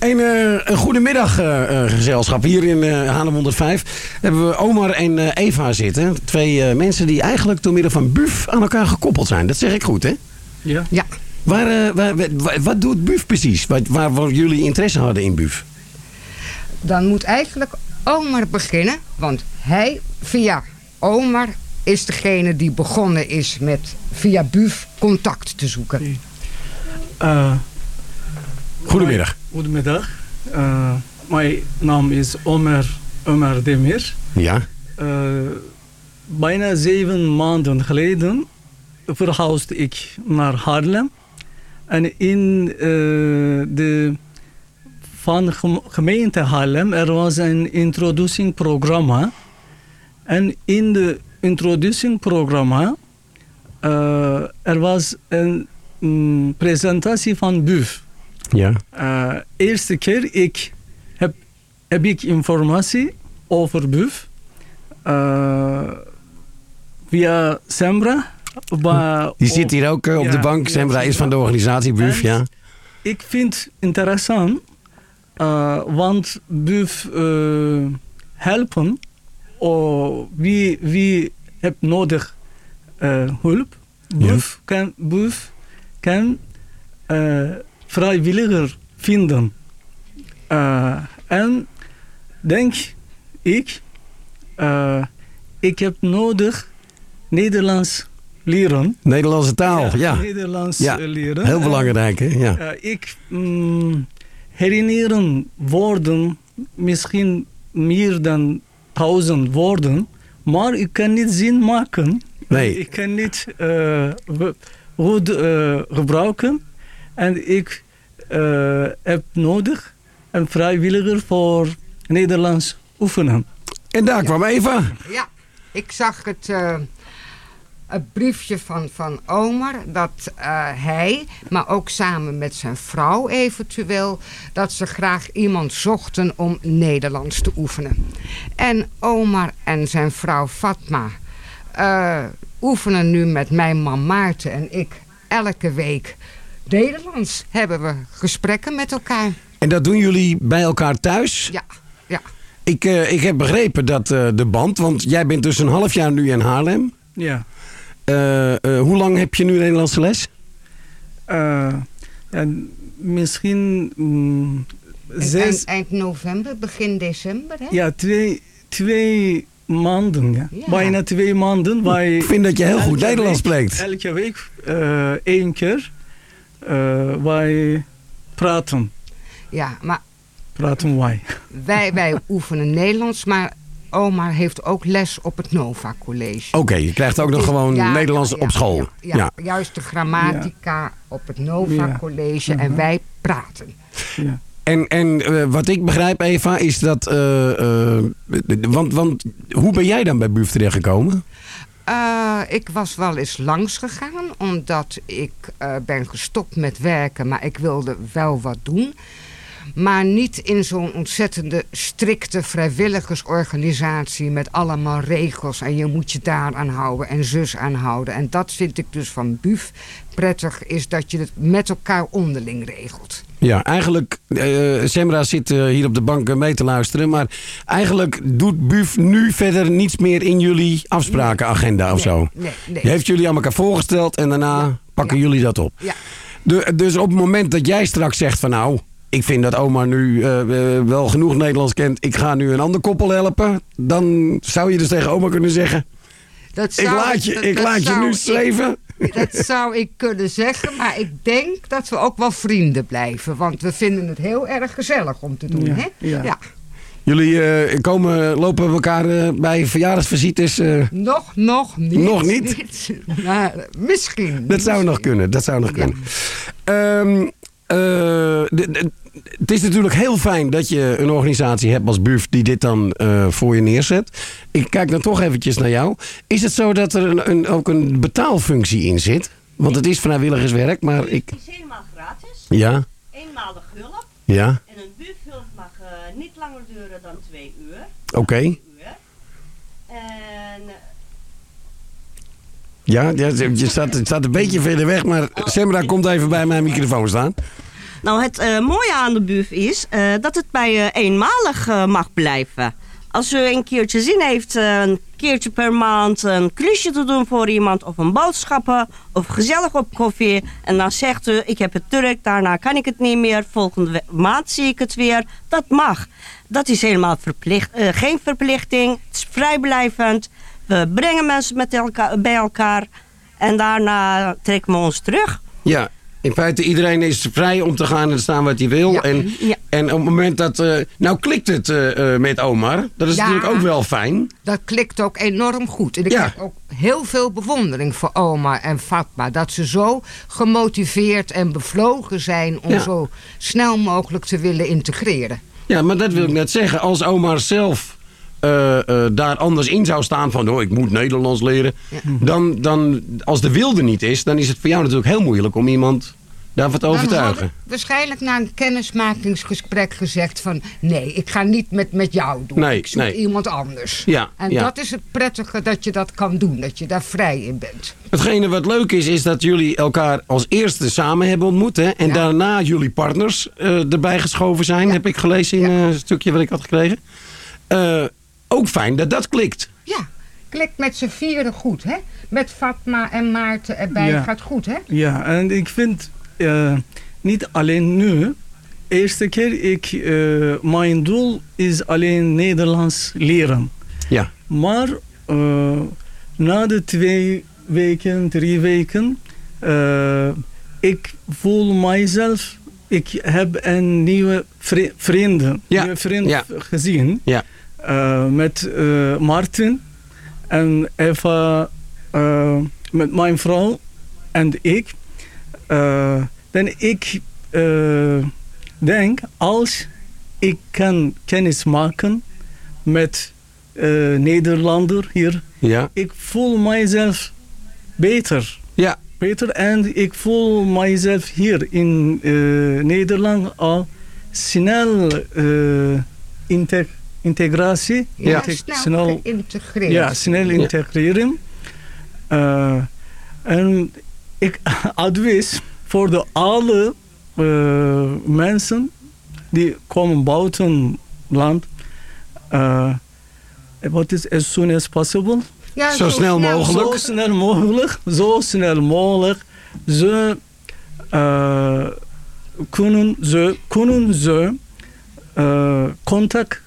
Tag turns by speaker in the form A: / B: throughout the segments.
A: Een goedemiddag gezelschap. Hier in Haarlem 105 hebben we Omar en Eva zitten. Twee mensen die eigenlijk door middel van BUF aan elkaar gekoppeld zijn. Dat zeg ik goed, hè?
B: Ja.
C: Ja.
A: Wat doet BUF precies? Waar jullie interesse hadden in BUF?
C: Dan moet eigenlijk Omar beginnen. Want hij, via Omar, is degene die begonnen is met via BUF contact te zoeken.
A: Goedemiddag.
B: Goedemiddag. Mijn naam is Omar Demir.
A: Ja.
B: Bijna 7 maanden geleden verhuisde ik naar Haarlem. En in de van gemeente Haarlem er was een introducing programma. En in de introducing programma er was een presentatie van BUF.
A: Ja.
B: Eerste keer heb ik informatie over BUF via Sembra.
A: Die zit hier ook op de bank. Sembra is van de organisatie BUF, ja.
B: Ik vind het interessant, want BUF helpen. Wie heeft nodig hulp? BUF kan vrijwilliger vinden. En denk ik heb nodig Nederlands leren.
A: Nederlandse taal, ja.
B: Nederlands leren.
A: Heel belangrijk, hè? Ja.
B: Ik herinneren woorden, misschien meer dan 1000 woorden, maar ik kan niet zin maken.
A: Nee.
B: Ik kan niet goed gebruiken. En ik heb nodig een vrijwilliger voor Nederlands oefenen.
A: En daar kwam Eva.
C: Ja, ik zag het briefje van Omar dat hij, maar ook samen met zijn vrouw eventueel, dat ze graag iemand zochten om Nederlands te oefenen. En Omar en zijn vrouw Fatma oefenen nu met mijn man Maarten en ik elke week Nederlands. Hebben we gesprekken met elkaar.
A: En dat doen jullie bij elkaar thuis?
C: Ja, ja.
A: Ik heb begrepen dat de band, want jij bent dus een half jaar nu in Haarlem.
B: Ja.
A: Hoe lang heb je nu Nederlandse les?
B: Misschien
C: eind november, begin december, hè?
B: Ja, twee maanden. Ja.
C: Ja.
B: Bijna 2 maanden.
A: Ik vind dat je heel goed Nederlands spreekt.
B: Elke week 1 keer wij praten.
C: Ja, maar
B: Praten
C: wij oefenen Nederlands, maar Omar heeft ook les op het Nova College.
A: Oké, je krijgt ook nog gewoon Nederlands op school.
C: Ja, juist de grammatica op het Nova College en wij praten.
B: Ja.
A: En wat ik begrijp, Eva, is dat... Want hoe ben jij dan bij BUF terechtgekomen?
C: Ik was wel eens langs gegaan, omdat ik ben gestopt met werken, maar ik wilde wel wat doen. Maar niet in zo'n ontzettende strikte vrijwilligersorganisatie met allemaal regels. En je moet je daar aan houden en zus aan houden. En dat vind ik dus van BUF prettig, is dat je het met elkaar onderling regelt. Ja,
A: eigenlijk, Semra zit hier op de bank mee te luisteren. Maar eigenlijk doet BUF nu verder niets meer in jullie afsprakenagenda of zo.
C: Nee.
A: Je heeft jullie aan elkaar voorgesteld en daarna pakken jullie dat op.
C: Ja.
A: Dus op het moment dat jij straks zegt van nou... Ik vind dat oma nu wel genoeg Nederlands kent. Ik ga nu een ander koppel helpen. Dan zou je dus tegen oma kunnen zeggen... Ik laat je nu streven.
C: Dat zou ik kunnen zeggen. Maar ik denk dat we ook wel vrienden blijven. Want we vinden het heel erg gezellig om te doen.
B: Ja,
C: hè?
B: ja.
A: Jullie lopen elkaar bij verjaardagsvisites...
C: Nog niet.
A: Nog niet?
C: Nou, misschien.
A: Dat zou nog kunnen. Het is natuurlijk heel fijn dat je een organisatie hebt als BUF die dit dan voor je neerzet. Ik kijk dan toch eventjes naar jou. Is het zo dat er ook een betaalfunctie in zit? Want het is vrijwilligerswerk, maar
D: Het is helemaal gratis.
A: Ja.
D: Eenmalig hulp.
A: Ja.
D: En een BUF-hulp mag niet langer duren dan 2 uur.
A: Oké.
D: En...
A: Ja, je staat een beetje verder weg, maar Semra komt even bij mijn microfoon staan.
D: Nou, het mooie aan de BUF is dat het bij eenmalig mag blijven. Als u een keertje zin heeft, een keertje per maand een klusje te doen voor iemand... of een boodschappen of gezellig op koffie... en dan zegt u, ik heb het druk, daarna kan ik het niet meer... volgende maand zie ik het weer, dat mag. Dat is helemaal geen verplichting, het is vrijblijvend. We brengen mensen bij elkaar en daarna trekken we ons terug.
A: Ja. In feite, iedereen is vrij om te gaan en staan wat hij wil.
C: Ja.
A: En op het moment dat... nou klikt het met Omar. Dat is natuurlijk ook wel fijn.
C: Dat klikt ook enorm goed. En ik heb ook heel veel bewondering voor Omar en Fatma. Dat ze zo gemotiveerd en bevlogen zijn om zo snel mogelijk te willen integreren. Ja,
A: maar dat wil ik net zeggen. Als Omar zelf daar anders in zou staan van... ik moet Nederlands leren. Ja. Dan, als de wil er niet is... dan is het voor jou natuurlijk heel moeilijk om iemand daarvan te overtuigen. Dan
C: waarschijnlijk na een kennismakingsgesprek gezegd van... nee, ik ga niet met jou doen. Ik zoek iemand anders. Ja, en dat is het prettige dat je dat kan doen. Dat je daar vrij in bent. Hetgene
A: wat leuk is dat jullie elkaar als eerste samen hebben ontmoet. Hè? En daarna jullie partners erbij geschoven zijn. Ja. Heb ik gelezen in een stukje wat ik had gekregen. Ook fijn dat dat klikt.
C: Ja, klikt met z'n vieren goed, hè? Met Fatma en Maarten erbij gaat goed, hè?
B: Ja, en ik vind niet alleen nu. Eerste keer, mijn doel is alleen Nederlands leren. Ja. Maar na de 2 weken, 3 weken, ik voel mijzelf, ik heb een nieuwe vriend gezien. Ja. Met Martin en Eva, met mijn vrouw en ik. Dan ik denk, als ik kan kennis maken met Nederlander hier, ik voel mijzelf beter. Ja. Beter en ik voel mijzelf hier in Nederland al snel integratie.
C: Snel integreren.
B: Ja, snel integreren. En ik advies voor de alle mensen die komen buiten land. What is as soon as possible?
C: Ja, zo snel mogelijk.
B: Zo snel mogelijk. Ze kunnen contact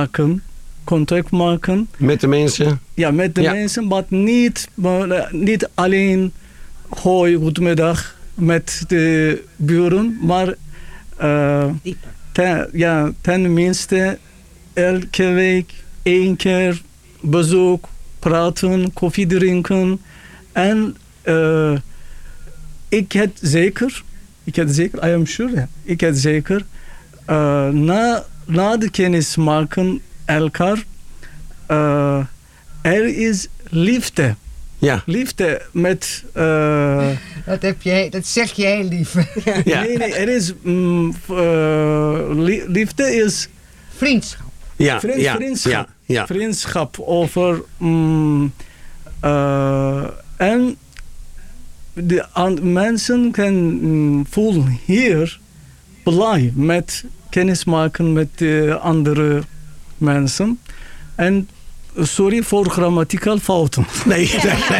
B: maken.
A: Met de mensen?
B: Ja, met de mensen, maar niet alleen hoi, goedemiddag met de buren, maar tenminste elke week 1 keer bezoek, praten, koffie drinken. En ik heb zeker, I am sure, ik heb zeker, na de kennis maken elkaar, er is liefde. Ja. Liefde met...
C: dat zeg je heel lief.
B: Ja. Nee, er is... liefde is...
C: Vriendschap.
B: Ja. Vriendschap. Ja. Vriendschap over... en de mensen kunnen voelen hier blij met kennis maken met de andere mensen. En sorry voor grammaticaal fouten.
A: Nee.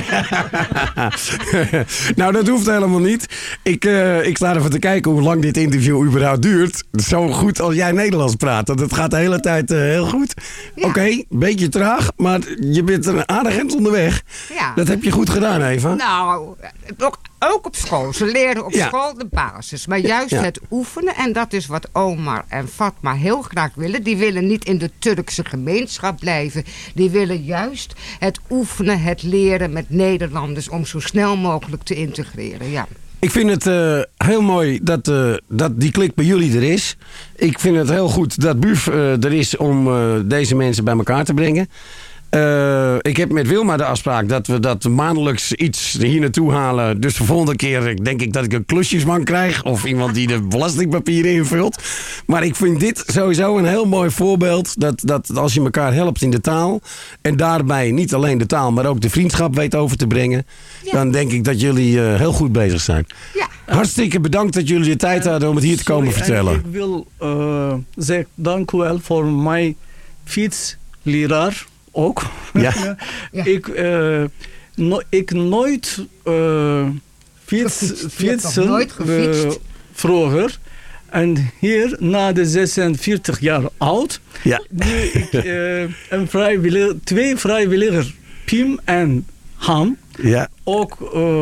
A: Nou, dat hoeft helemaal niet. Ik sta ervan te kijken hoe lang dit interview überhaupt duurt. Zo goed als jij Nederlands praat. Dat gaat de hele tijd heel goed. Ja. Oké, een beetje traag, maar je bent een aardig eind onderweg. Ja. Dat heb je goed gedaan, Eva.
C: Nou, ook op school. Ze leren op school de basis. Maar juist het oefenen, en dat is wat Omar en Fatma heel graag willen. Die willen niet in de Turkse gemeenschap blijven. Die willen juist het oefenen, het leren met Nederlanders om zo snel mogelijk te integreren. Ja.
A: Ik vind het heel mooi dat die klik bij jullie er is. Ik vind het heel goed dat BUF er is om deze mensen bij elkaar te brengen. Ik heb met Wilma de afspraak dat we dat maandelijks iets hier naartoe halen. Dus de volgende keer denk ik dat ik een klusjesman krijg. Of iemand die de belastingpapieren invult. Maar ik vind dit sowieso een heel mooi voorbeeld. Dat als je elkaar helpt in de taal. En daarbij niet alleen de taal, maar ook de vriendschap weet over te brengen. Ja. Dan denk ik dat jullie heel goed bezig zijn. Ja. Hartstikke bedankt dat jullie de tijd hadden om het hier te komen vertellen.
B: Ik wil zeggen dank u wel voor mijn fietsleraar ook.
A: Ja.
B: Ja. Ik nooit fietsen vroeger. En hier, na de 46 jaar oud,
A: ja.
B: Nu ik twee vrijwilligers, Pim en Ham,
A: ja.
B: ook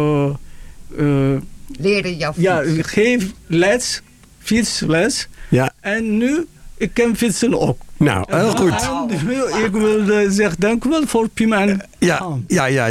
C: leren jouw fiets.
B: Ja, ik geef fietsles.
A: Ja.
B: En nu, ik kan fietsen ook.
A: Nou, heel goed.
B: En ik wil zeggen, dank u wel voor Pim en Ham.
A: Ja.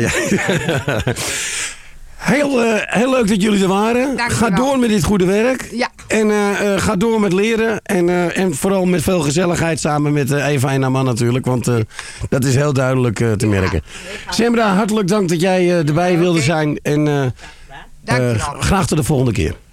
A: Heel leuk dat jullie er waren. Ga door met dit goede werk.
C: Ja.
A: En ga door met leren. En vooral met veel gezelligheid samen met Eva en Aman natuurlijk. Want dat is heel duidelijk te merken. Semra, hartelijk dank dat jij erbij wilde zijn. En graag tot de volgende keer.